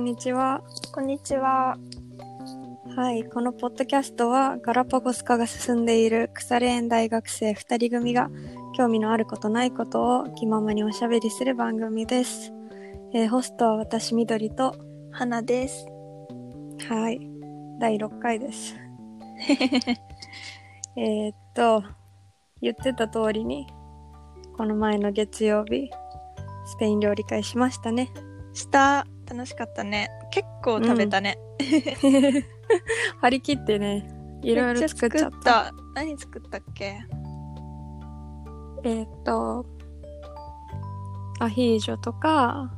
にちは。 こんにちは。 はい、このポッドキャストはガラパゴス化が進んでいる腐れ縁大学生2人組が興味のあることないことを気ままにおしゃべりする番組です。ホストは私みどりと花です。 はい、第6回です。言ってた通りにこの前の月曜日スペイン料理会しましたね。 楽しかったね。結構食べたね。 張り切ってね、いろいろ作っちゃった。 何作ったっけ？ アヒージョとか、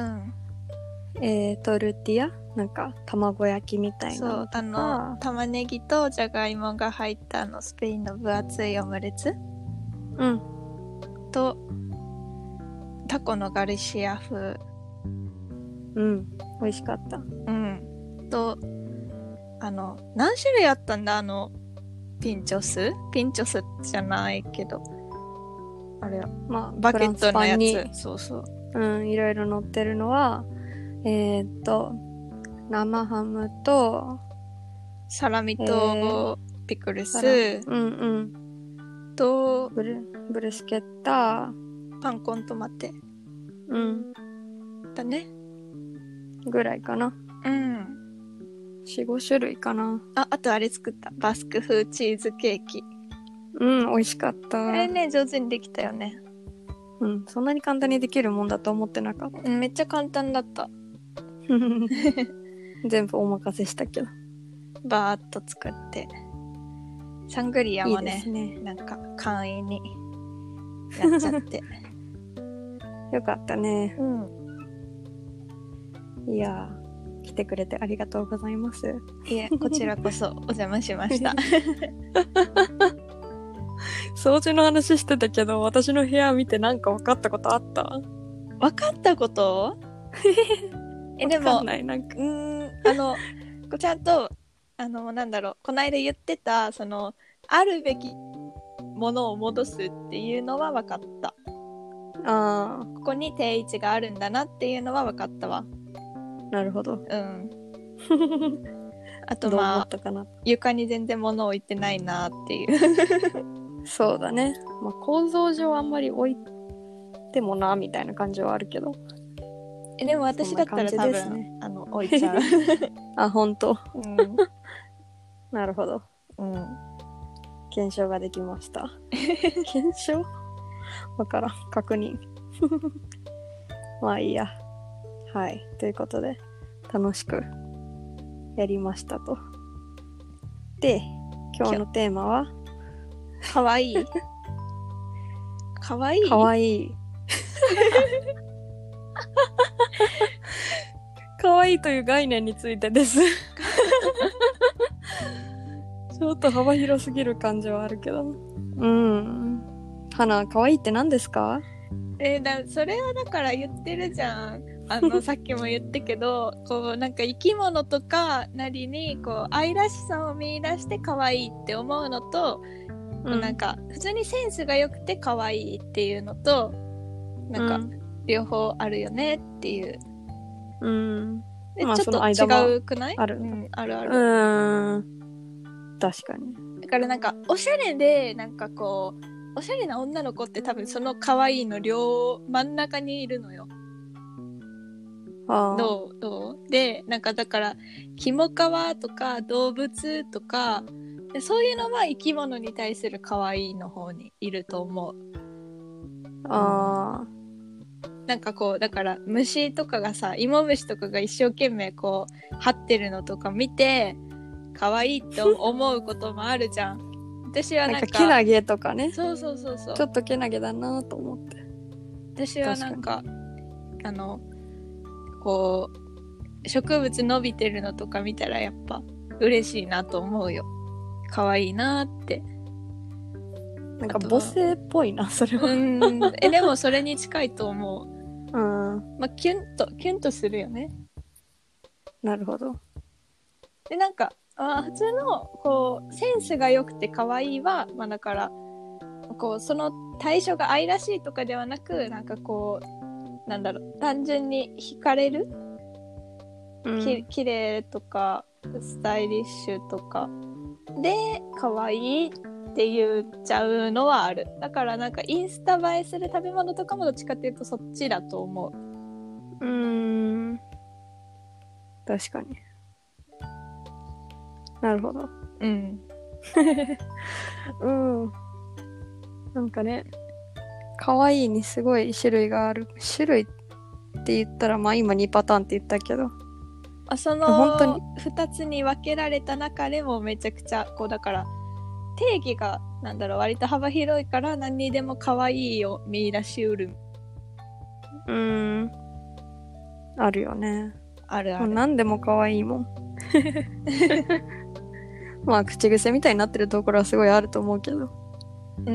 トルティア、なんか卵焼きみたいなのとか。 そう、玉ねぎとじゃがいもが入ったスペインの分厚いオムレツ。とタコのガルシア風。 美味しかった。 と何種類あったんだ、ピンチョスじゃないけど、あれはバケットのやつ。そういろいろ乗ってるのは生ハムとサラミとピクルス、とブルスケッタ、 パンコントマテだねぐらいかな。4、5種類かな。 あとあれ作った。バスク風チーズケーキ。 美味しかった。 あれね、上手にできたよね。 そんなに簡単にできるもんだと思ってなかった。 めっちゃ簡単だった。 全部お任せしたけど。 バーっと作って。サングリアもね、 いいですね、 なんか簡易にやっちゃって。 よかったね。いやー、来てくれてありがとうございます。 いえ、こちらこそお邪魔しました。 掃除の話してたけど、私の部屋見てなんか分かったことあった？ 分かったこと？でもちゃんとなんだろう、この間言ってたあるべきものを戻すっていうのは分かった。ここに定位置があるんだなっていうのは分かったわ。 なるほど。 あと床に全然物置いてないなっていう。 そうだね。構造上あんまり置いてもなみたいな感じはあるけど。 でも私だったら多分、ね、置いちゃう。 本当。なるほど。検証ができました。検証？わからん。確認。まあいいや。はい。ということで、楽しくやりましたと。で、今日のテーマはかわいい。かわいい。 かわいい。かわいいという概念についてです。ちょっと幅広すぎる感じはあるけど。花、かわいいって何ですか？ それはだから言ってるじゃん。さっきも言ったけど、こうなんか生き物とかなりにこう愛らしさを見出して可愛いって思うのと、なんか普通にセンスが良くて可愛いっていうのと、なんか両方あるよねっていう。ちょっと違うくない？ある。ある。 確かに。 だからなんかおしゃれで、なんかこうおしゃれな女の子って多分その可愛いの真ん中にいるのよ。どうで、なんかだからキモカワとか動物とかで、そういうのは生き物に対する可愛いの方にいると思う。なんかこうだから虫とかがさ、芋虫とかが一生懸命こう張ってるのとか見て可愛いって思うこともあるじゃん。私はなんかけなげとかね。 そうちょっとけなげだなと思って。 私はなんかこう植物伸びてるのとか見たらやっぱ嬉しいなと思うよ。可愛いなって。 なんか母性っぽいな、それは。 でもそれに近いと思う。キュンとするよね。 なるほど。 でなんか普通のこうセンスが良くて可愛いは、だからこうその対象が愛らしいとかではなく、なんかこうなんだろう、単純に惹かれる綺麗とかスタイリッシュとかで可愛いって言っちゃうのはある。だからなんかインスタ映えする食べ物とかもどっちかっていうとそっちだと思う。 確かに。なるほど。 うんなんかね、可愛いにすごい種類がある。種類って言ったらまあ今2パターンって言ったけど、 そ本当にの2つに分けられた中でもめちゃくちゃこうだから定義がなんだろう割と幅広いから何にでも可愛いを見出しうる。 あるよね。 あるある。 何でも可愛いもん。まあ口癖みたいになってるところはすごいあると思うけど。不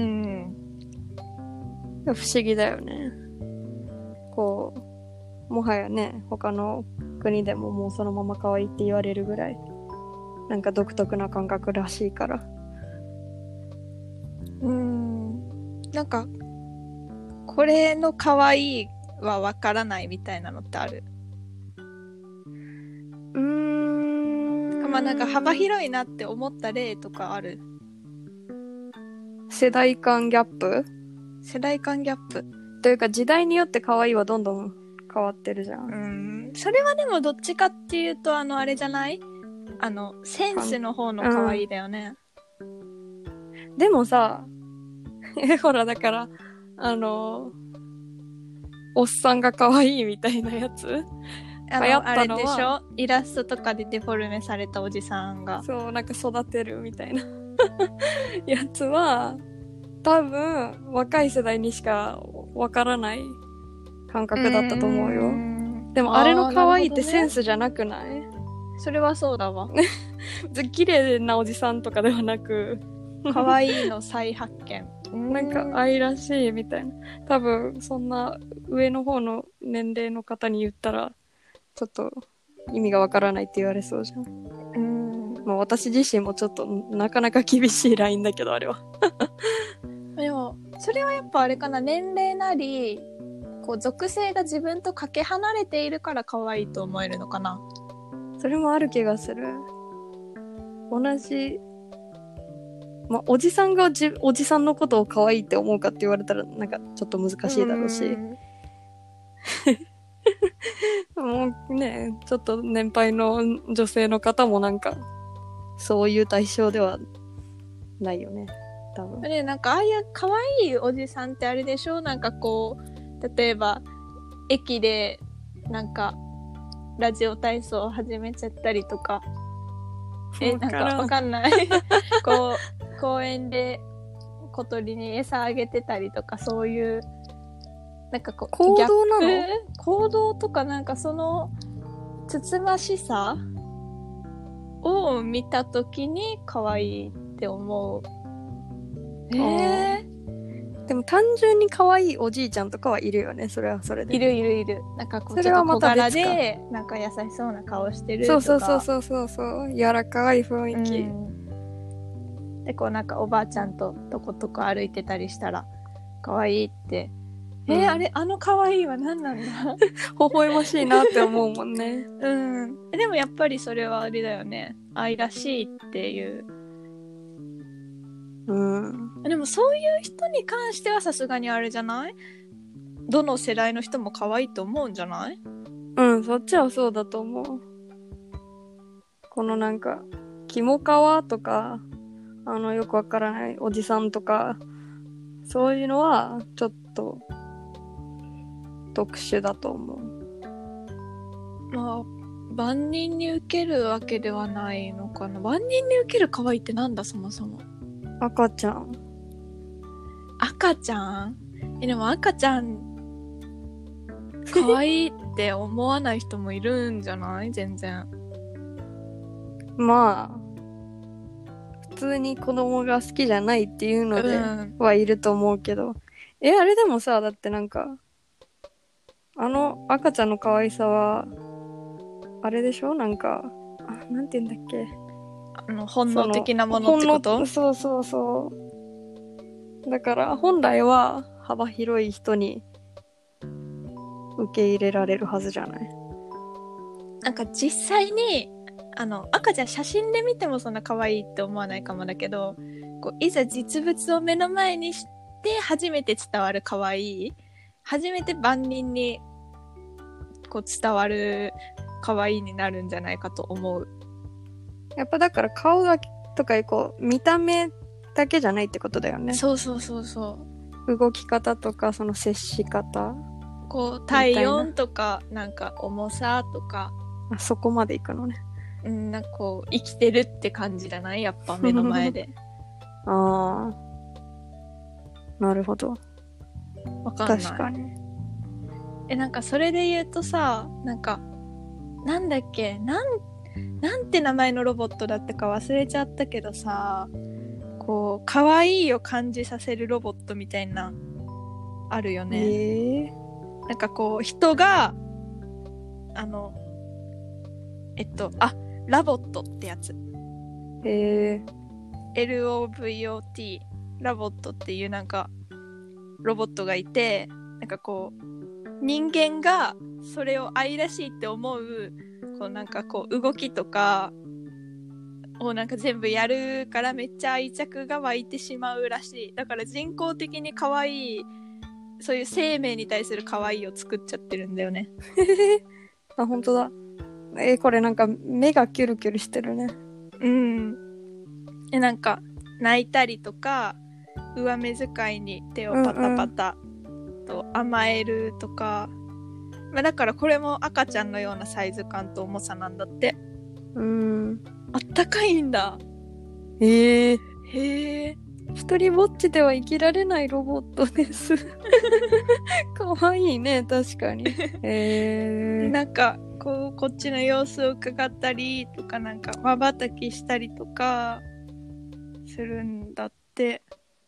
思議だよね。こうもはやね、他の国でももうそのまま可愛いって言われるぐらいなんか独特な感覚らしいから。 なんかこれの可愛いは分からないみたいなのってある？まあなんか幅広いなって思った例とかある？ 世代間ギャップ？ 世代間ギャップというか時代によって可愛いはどんどん変わってるじゃん。 それはでもどっちかっていうとあれじゃない？センスの方の可愛いだよね。 でもさほらだからおっさんが可愛いみたいなやつ流行ったのはあれでしょ？イラストとかでデフォルメされたおじさんがそうなんか育てるみたいなやつは多分若い世代にしかわからない感覚だったと思うよ。でもあれの可愛いってセンスじゃなくない？ それはそうだわ。 綺麗なおじさんとかではなく可愛いの再発見なんか愛らしいみたいな。多分そんな上の方の年齢の方に言ったらちょっと意味がわからないって言われそうじゃん。まあ私自身もちょっとなかなか厳しいラインだけどあれはでもそれはやっぱあれかな、年齢なりこう属性が自分とかけ離れているから可愛いと思えるのかな。 それもある気がする。同じまあおじさんがおじさんのことを可愛いって思うかって言われたらなんかちょっと難しいだろうしもうねちょっと年配の女性の方もなんかそういう対象ではないよね多分。 ね、なんかああいう可愛いおじさんってあれでしょ？なんかこう例えば駅でなんかラジオ体操を始めちゃったりとかなんかわかんないこう公園で小鳥に餌あげてたりとかそういうなんかこう行動なの？ 行動とかなんかそのつつましさを見たときに可愛いって思う。 でも単純に可愛いおじいちゃんとかはいるよね。それはそれで。 いる。なんかこうちょっと小柄でなんか優しそうな顔してるとか。 そう柔らかい雰囲気。 でこうなんかおばあちゃんととことこ歩いてたりしたら可愛いって。あれ可愛いは何なんだ微笑ましいなって思うもんね。 でもやっぱりそれはあれだよね。愛らしいっていう。でもそういう人に関してはさすがにあれじゃない？どの世代の人も可愛いと思うんじゃない？ そっちはそうだと思う。このなんかキモカワとかよくわからないおじさんとかそういうのはちょっと特殊だと思う。 まあ万人に受けるわけではないのかな。万人に受ける可愛いってなんだそもそも。 赤ちゃんでも赤ちゃん可愛いって思わない人もいるんじゃない？全然。 まあ普通に子供が好きじゃないっていうのではいると思うけど、あれでもさだってなんか赤ちゃんの可愛さはあれでしょ？なんかなんて言うんだっけ、 本能的なものってこと？ そうだから本来は幅広い人に受け入れられるはずじゃない？ なんか実際に赤ちゃん写真で見てもそんな可愛いって思わないかもだけど、こういざ実物を目の前にして初めて伝わる可愛い、初めて万人にこう伝わる可愛いになるんじゃないかと思う。 やっぱだから顔だけとかこう見た目だけじゃないってことだよね。 そうそうそうそう。 動き方とかその接し方、 こう体温とかなんか重さとか、 あそこまでいくのね。 なんかこう生きてるって感じじゃない？やっぱ目の前で。 ああ、なるほど。 わかんない。 確かに。 なんかそれで言うとさ、なんかなんだっけ、なんて名前のロボットだったか忘れちゃったけどさ、こう可愛いを感じさせるロボットみたいなあるよね。なんかこう人がラボットってやつ。LOVOT ラボットっていうなんかロボットがいて、なんかこう人間がそれを愛らしいって思うこうなんかこう動きとかをなんか全部やるからめっちゃ愛着が湧いてしまうらしい。だから人工的に可愛い、そういう生命に対する可愛いを作っちゃってるんだよね。 あ、本当だ。これなんか目がキュルキュルしてるね。 うん。なんか泣いたりとか上目遣いに手をパタパタと甘えるとか、だからこれも赤ちゃんのようなサイズ感と重さなんだって。あったかいんだ。 へえ。 一人ぼっちでは生きられないロボットです。かわいいね、確かに。 なんかこっちの様子を伺ったりとか、なんか瞬きしたりとかするんだって。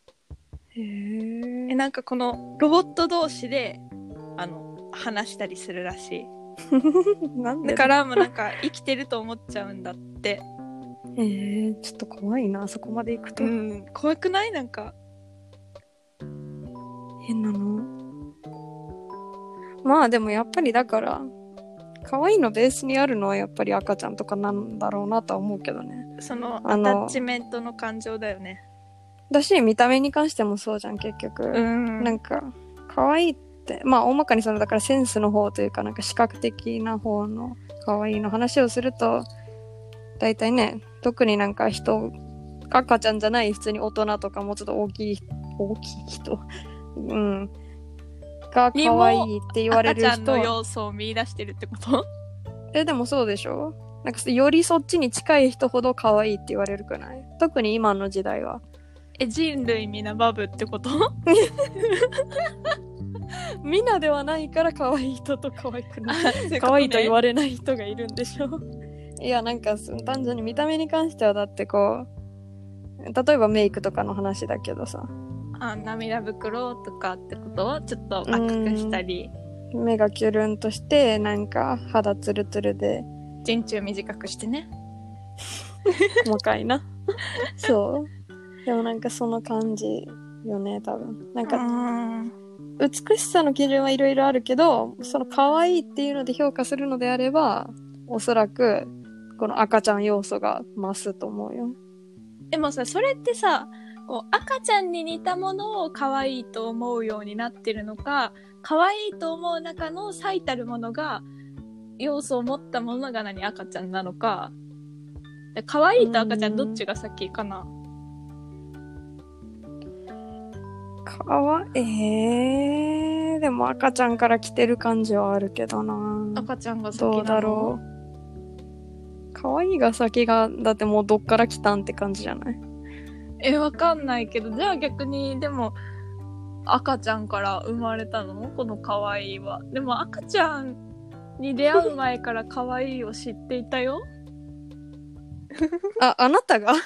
なんかこのロボット同士で話したりするらしい。 なんでだからもうなんか生きてると思っちゃうんだって。 ちょっと怖いな、そこまで行くと。 怖くない？なんか変なの。まあでもやっぱりだから可愛いのベースにあるのはやっぱり赤ちゃんとかなんだろうなとは思うけどね。 そのアタッチメントの感情だよね。 だし見た目に関してもそうじゃん結局。なんか可愛いってまあ大まかにそのだからセンスの方というかなんか視覚的な方の可愛いの話をすると大体ね、特になんか赤ちゃんじゃない普通に大人とかもうちょっと大きい人が可愛いって言われる人は赤ちゃんの要素を見出してるってこと？ でもそうでしょ。なんかよりそっちに近い人ほど可愛いって言われるくない？特に今の時代は。 人類皆バブってこと？ みんなではないから可愛い人と可愛くない可愛いと言われない人がいるんでしょ。いやなんか単純に見た目に関してはだってこう例えばメイクとかの話だけどさ、 涙袋とかってことをちょっと赤くしたり、 目がキュルンとしてなんか肌ツルツルで陣中短くしてね。 細かいな。そうでもなんかその感じよね多分。なんか美しさの基準はいろいろあるけど、その可愛いっていうので評価するのであればおそらくこの赤ちゃん要素が増すと思うよ。 でもさ、それってさ、こう赤ちゃんに似たものを可愛いと思うようになってるのか、可愛いと思う中の最たるものが要素を持ったものが赤ちゃんなのか、可愛いと赤ちゃんどっちが先かな？ でも赤ちゃんから来てる感じはあるけどな。 赤ちゃんが先なの？ どうだろう。可愛いが先がだってもうどっから来たんって感じじゃない？ わかんないけど、じゃあ逆にでも赤ちゃんから生まれたの？この可愛いは。でも赤ちゃんに出会う前から可愛いを知っていたよ。 あなたが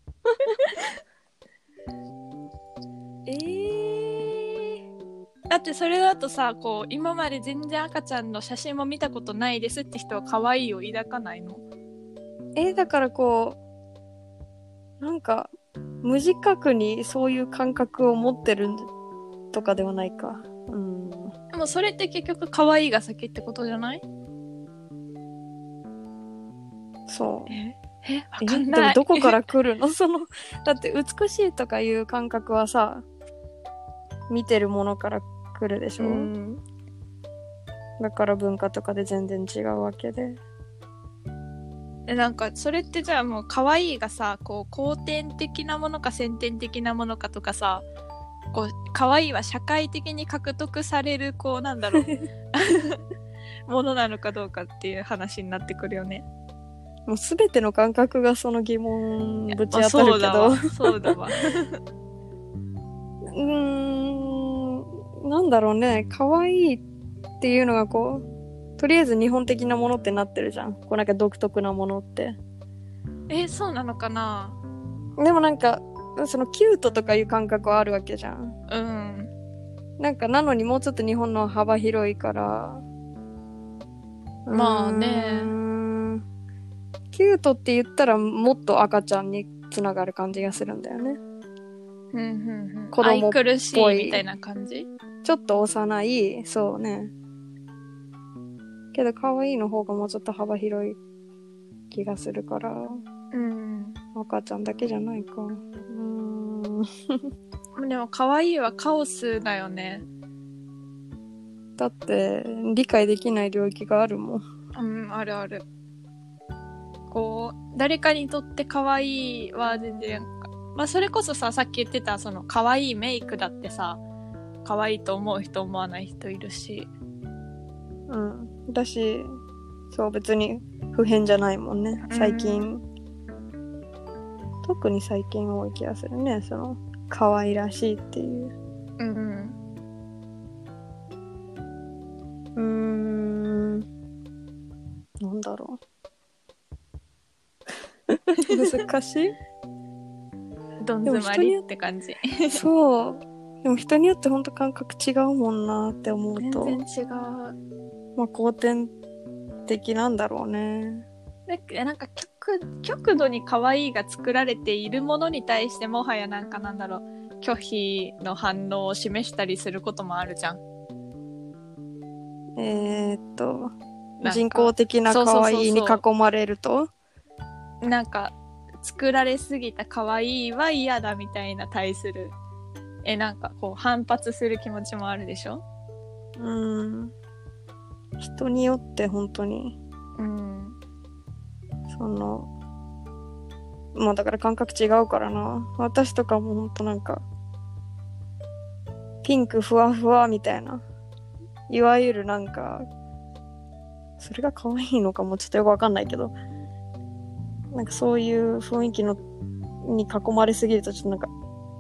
だってそれだとさ、こう今まで全然赤ちゃんの写真も見たことないですって人は可愛いを抱かないの？ だからこうなんか無自覚にそういう感覚を持ってるとかではないか。 でもそれって結局可愛いが先ってことじゃない？ そうわかんでない。 もどこから来るのだって美しいとかいう感覚はさ、見てるものから来るでしょ、だから文化とかで全然違うわけで。 なんかそれってじゃあもう可愛いがさ、こう後天的なものか先天的なものかとかさ、こう可愛いは社会的に獲得されるこうなんだろうものなのかどうかっていう話になってくるよね。 もう全ての感覚がその疑問ぶち当たるけど、 そうだわなんだろうね、可愛いっていうのがこうとりあえず日本的なものってなってるじゃん。こうなんか独特なものって。 そうなのかな。 でもなんかそのキュートとかいう感覚はあるわけじゃん。なんかなのにもうちょっと日本の幅広いから、 まあね、 キュートって言ったらもっと赤ちゃんにつながる感じがするんだよね。 子供っぽい愛くるしいみたいな感じ。 ちょっと幼い、そうね。けど可愛いの方がもうちょっと幅広い気がするから、赤ちゃんだけじゃないか。 でも可愛いはカオスだよね。 だって理解できない領域があるもん。あるある。こう誰かにとって可愛いは全然、まあそれこそさ、さっき言ってたその可愛いメイクだってさ、可愛いと思う人思わない人いるし。 だし、そう別に不変じゃないもんね。最近、特に最近多い気がするね。その可愛らしいっていう。なんだろう。難しい。 どん詰まりって感じ。 そう。でも人によって本当感覚違うもんなって思うと。 全然違う。 まあ後天的なんだろうね。 なんか極度に可愛いが作られているものに対してもはやなんかなんだろう、拒否の反応を示したりすることもあるじゃん。 人工的な可愛いに囲まれると、 なんか作られすぎた可愛いは嫌だみたいな対するなんかこう反発する気持ちもあるでしょ。 人によって本当に、そのまあだから感覚違うからな。私とかも本当なんかピンクふわふわみたいな、いわゆるなんかそれが可愛いのかもちょっとよくわかんないけど、なんかそういう雰囲気のに囲まれすぎるとちょっとなんか、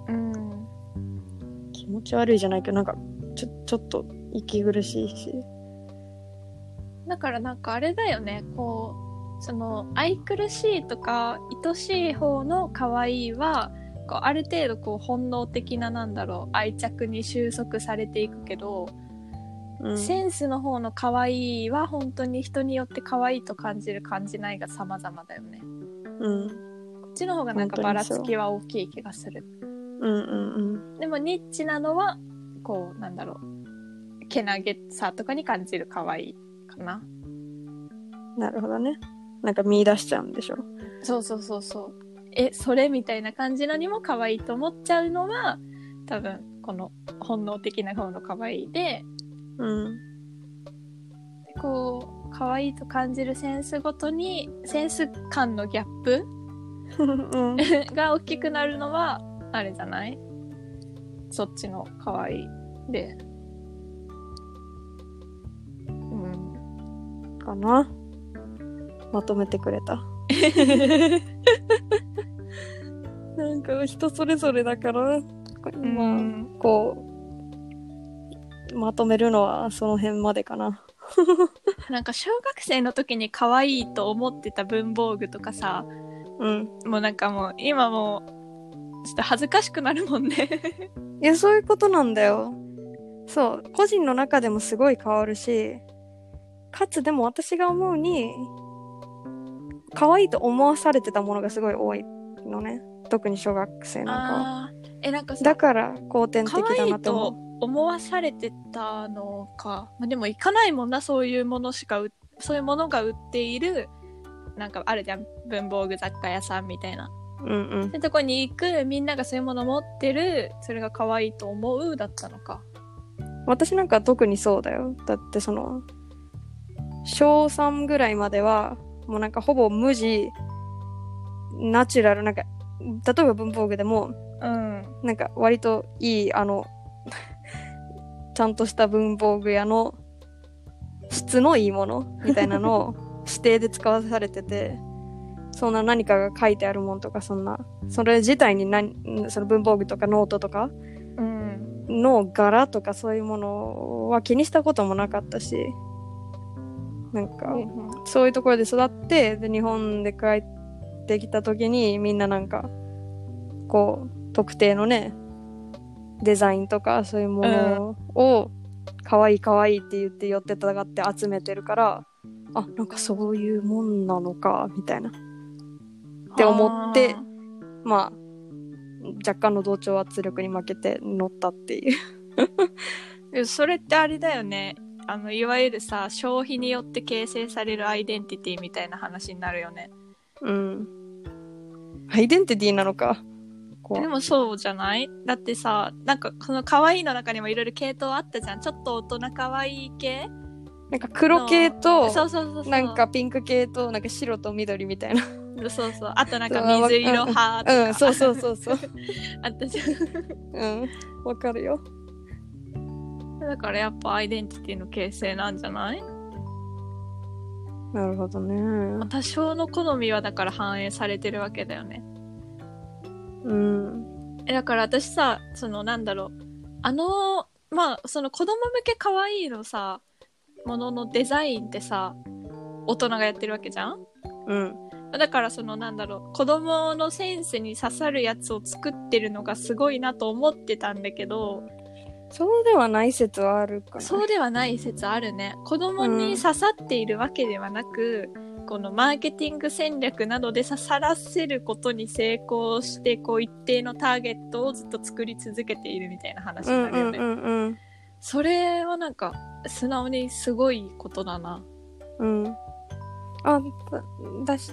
気持ち悪いじゃないけどなんかちょっと息苦しいし。 だからなんかあれだよね、こうその愛くるしいとか愛しい方の可愛いはこうある程度こう本能的ななんだろう愛着に収束されていくけど、センスの方の可愛いは本当に人によって可愛いと感じる感じないが様々だよね。こっちの方がなんかばらつきは大きい気がする。でもニッチなのはこうなんだろう、けなげさとかに感じる可愛いかな。 なるほどね。なんか見出しちゃうんでしょ。 そうそれみたいな感じのにも可愛いと思っちゃうのは多分この本能的な方の可愛いで、こう可愛いと感じるセンスごとにセンス感のギャップが大きくなるのはあれじゃない？そっちの可愛いで、 かな。まとめてくれた。なんか人それぞれだから、こうまとめるのはその辺までかな。 なんか小学生の時に可愛いと思ってた文房具とかさ、もうなんかもう今もうちょっと恥ずかしくなるもんね。 いやそういうことなんだよ。そう個人の中でもすごい変わるし、かつでも私が思うに可愛いと思わされてたものがすごい多いのね。特に小学生なんかは。 なんかさ、 だから後天的だなと思う。 可愛いと思わされてたのか。でも行かないもんな、そういうものが売っているなんかあるじゃん、文房具雑貨屋さんみたいな。 うんうん。 そういうとこに行く、みんながそういうもの持ってる、それが可愛いと思うだったのか。 私なんか特にそうだよ。だってその、小3ぐらいまでは、もうなんかほぼ無地、ナチュラル、なんか、例えば文房具でも、 うん。 なんか割といい、ちゃんとした文房具屋の質のいいものみたいなのを指定で使わされてて、そんな何かが書いてあるもんとか、それ自体にその文房具とかノートとかの柄とかそういうものは気にしたこともなかったし、なんか、そういうところで育って、で、日本で帰ってきた時にみんななんか、こう、特定のね、デザインとかそういうものを、可愛い可愛いって言って寄ってたがって集めてるから、あ、なんかそういうもんなのか、みたいな。って思って、まあ、若干の同調圧力に負けて乗ったっていう。 それってあれだよね。いわゆるさ、消費によって形成されるアイデンティティみたいな話になるよね。 うん。アイデンティティなのか。 でもそうじゃない？だってさ、なんかこの可愛いの中にもいろいろ系統あったじゃん。ちょっと大人可愛い系？ なんか黒系と、 そうなんかピンク系と、なんか白と緑みたいな。 そうそう。あとなんか水色派とか。 うん、そうそうそうそう。 あったじゃん。 うん、わかるよ。 だからやっぱアイデンティティの形成なんじゃない？ なるほどね。 多少の好みはだから反映されてるわけだよね。 うん。 だから私さ、そのなんだろう。まあ、その子供向け可愛いのさ、もののデザインってさ、大人がやってるわけじゃん？ うん。 だからそのなんだろう、子供のセンスに刺さるやつを作ってるのがすごいなと思ってたんだけど、 そうではない説はあるかな。 そうではない説あるね。子供に刺さっているわけではなく、このマーケティング戦略などで刺さらせることに成功して、こう一定のターゲットをずっと作り続けているみたいな話になるよね。それはなんか素直にすごいことだな。 うん。あ、だし、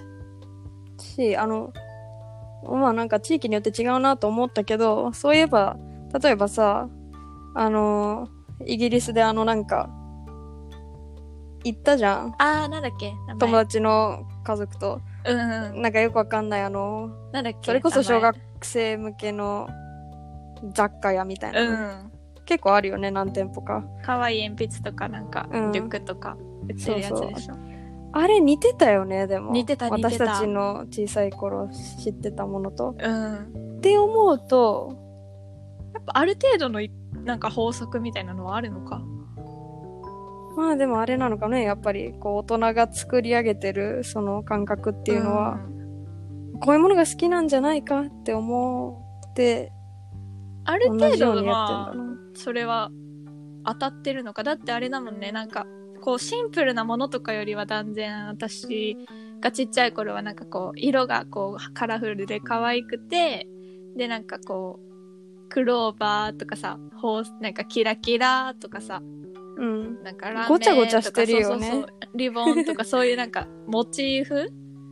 まあなんか地域によって違うなと思ったけど、そういえば、例えばさ、イギリスでなんか、行ったじゃん。 なんだっけ？ 友達の家族と。なんかよくわかんないなんだっけ？ それこそ小学生向けの雑貨屋みたいな、結構あるよね、何店舗か。 可愛い鉛筆とかなんか、リュックとか売ってるやつでしょ。 あれ似てたよね、でも。 似てた。 私たちの小さい頃知ってたものと。って思うと、 やっぱある程度のなんか法則みたいなのはあるのか。 まあでもあれなのかね、やっぱりこう大人が作り上げてるその感覚っていうのは、こういうものが好きなんじゃないかって思って、 ある程度はそれは当たってるのか。だってあれだもんね、なんかこうシンプルなものとかよりは断然私がちっちゃい頃はなんかこう色がこうカラフルで可愛くて、でなんかこうクローバーとかさ、なんかキラキラとかさ、なんかラーメンとかごちゃごちゃしてるよね。 そうリボンとかそういうなんかモチーフ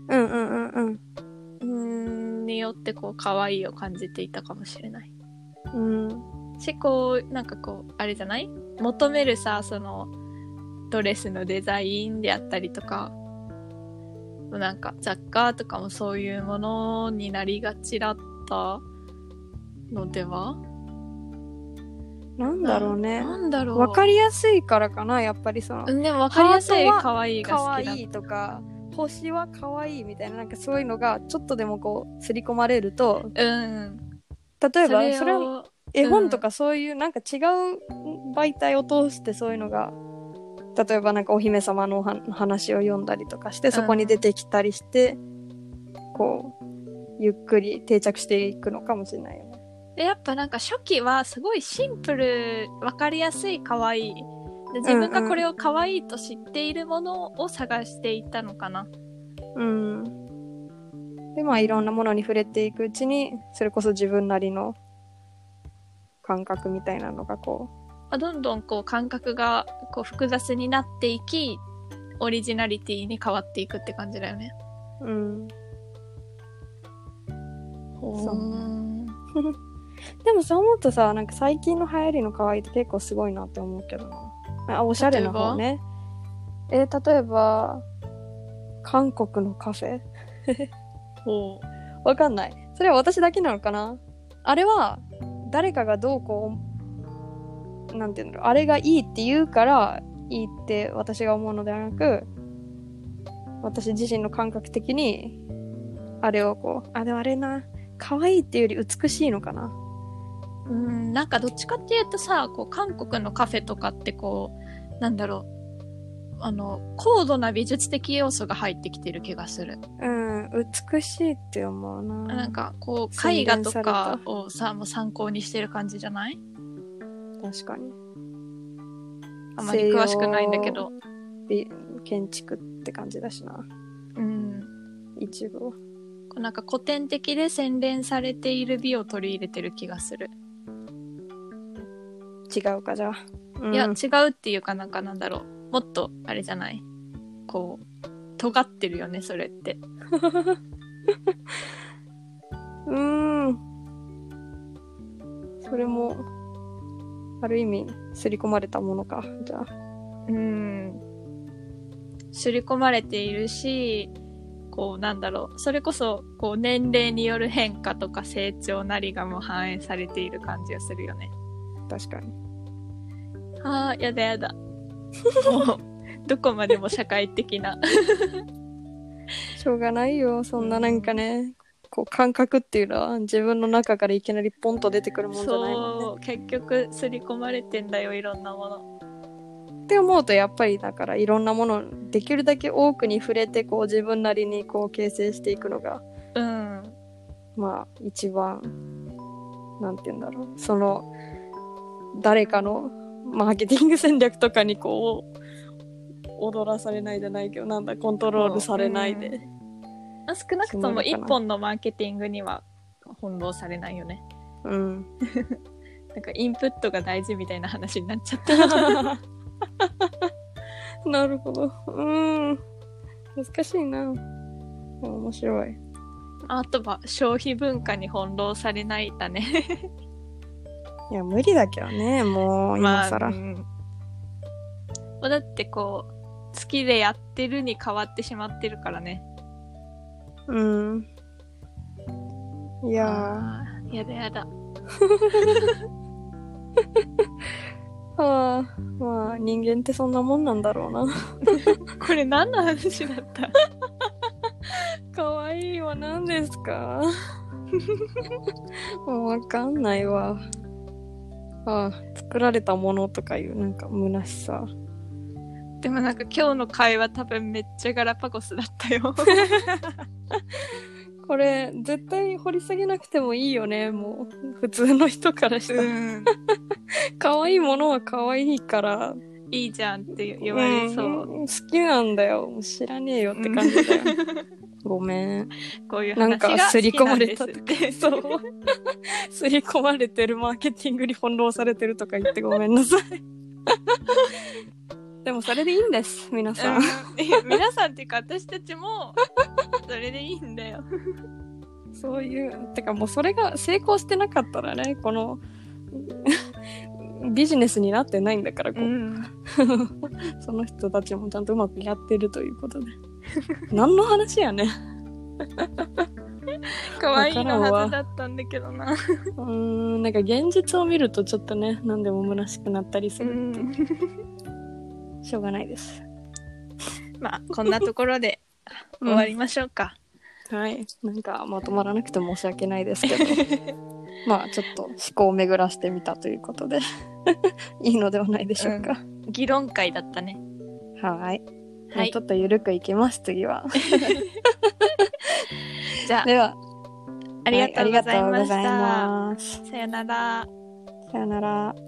によってこう可愛いを感じていたかもしれない。こうなんかこうあれじゃない？求めるさ、そのドレスのデザインであったりとか、なんか雑貨とかもそういうものになりがちだったのでは？ なんだろうね。 わかりやすいからかな、やっぱりその。 でもわかりやすい可愛いが好きだ。 可愛いとか、星は可愛いみたいな、なんかそういうのがちょっとでもこう、刷り込まれると、例えば、それは絵本とかそういうなんか違う媒体を通してそういうのが、例えばなんかお姫様の話を読んだりとかして、そこに出てきたりして、こう、ゆっくり定着していくのかもしれないよね。 でやっぱなんか初期はすごいシンプル、わかりやすい可愛いで、自分がこれを可愛いと知っているものを探していったのかな。 でまあいろんなものに触れていくうちに、それこそ自分なりの感覚みたいなのがこうどんどんこう感覚がこう複雑になっていき、オリジナリティに変わっていくって感じだよね。 うん。そう。でもそう思うとさ、なんか最近の流行りの可愛いって結構すごいなって思うけどな。おしゃれな方ね。例えば韓国のカフェほう。わかんない。それは私だけなのかな。あれは誰かがどうこうなんていうんだろう、あれがいいって言うからいいって私が思うのではなく、私自身の感覚的にあれをこう、でもあれな、可愛いっていうより美しいのかな。 なんかどっちかっていうとさ、こう韓国のカフェとかってこうなんだろう、高度な美術的要素が入ってきてる気がする。 美しいって思うな。 なんかこう絵画とかをさもう参考にしてる感じじゃない？ 確かに。 あまり詳しくないんだけど。 建築って感じだしな。一部は。 なんか古典的で洗練されている美を取り入れてる気がする。 違うかじゃあ。 いや違うっていうかなんかなんだろう。もっとあれじゃない？こう尖ってるよねそれって。 それもある意味刷り込まれたものかじゃあ。 刷り込まれているし、こうなんだろう、それこそこう年齢による変化とか成長なりがもう反映されている感じがするよね。 確かに。 やだやだ。もうどこまでも社会的な。 しょうがないよ、そんななんかね、こう感覚っていうのは自分の中からいきなりポンと出てくるもんじゃないもんね。 そう、結局刷り込まれてんだよ、いろんなもの。 って思うとやっぱりだからいろんなものできるだけ多くに触れてこう自分なりにこう形成していくのが、まあ一番なんて言うんだろう、その誰かのマーケティング戦略とかにこう踊らされないじゃないけど、なんだコントロールされないで、 少なくとも一本のマーケティングには翻弄されないよね。なんかインプットが大事みたいな話になっちゃった。 なるほど。難しいな。面白い。 あとは消費文化に翻弄されないだね。 いや無理だけどね、もう今更。 だってこう好きでやってるに変わってしまってるからね。 いやー、やだやだ。 まあ人間ってそんなもんなんだろうな。 これ何の話だった？ 可愛いは何ですか？もうわかんないわ。作られたものとかいうなんか虚しさ。 でもなんか今日の会話多分めっちゃガラパゴスだったよ。 これ絶対掘り下げなくてもいいよね、もう普通の人からしたら。可愛いものは可愛いからいいじゃんって言われそう。 好きなんだよ、知らねえよって感じだよ。ごめん。 こういう話が好きなんですって。なんか刷り込まれたって。そう。刷り込まれてるマーケティングに翻弄されてるとか言ってごめんなさい。でもそれでいいんです、皆さん。 皆さんっていうか私たちもそれでいいんだよ。 そういうてかもうそれが成功してなかったらね、このビジネスになってないんだからその人たちもちゃんとうまくやってるということで。何の話やね。 可愛いのはずだったんだけどな。 なんか現実を見るとちょっとね、何でも虚しくなったりするっていう。しょうがないです。 まあこんなところで終わりましょうか。 はい。なんかまとまらなくて申し訳ないですけど。まあちょっと思考を巡らしてみたということでいいのではないでしょうか。 議論会だったね。 はい。ちょっとゆるくいきます、次は。 じゃあ、 ではありがとうございました。 ささよなら。 さよなら。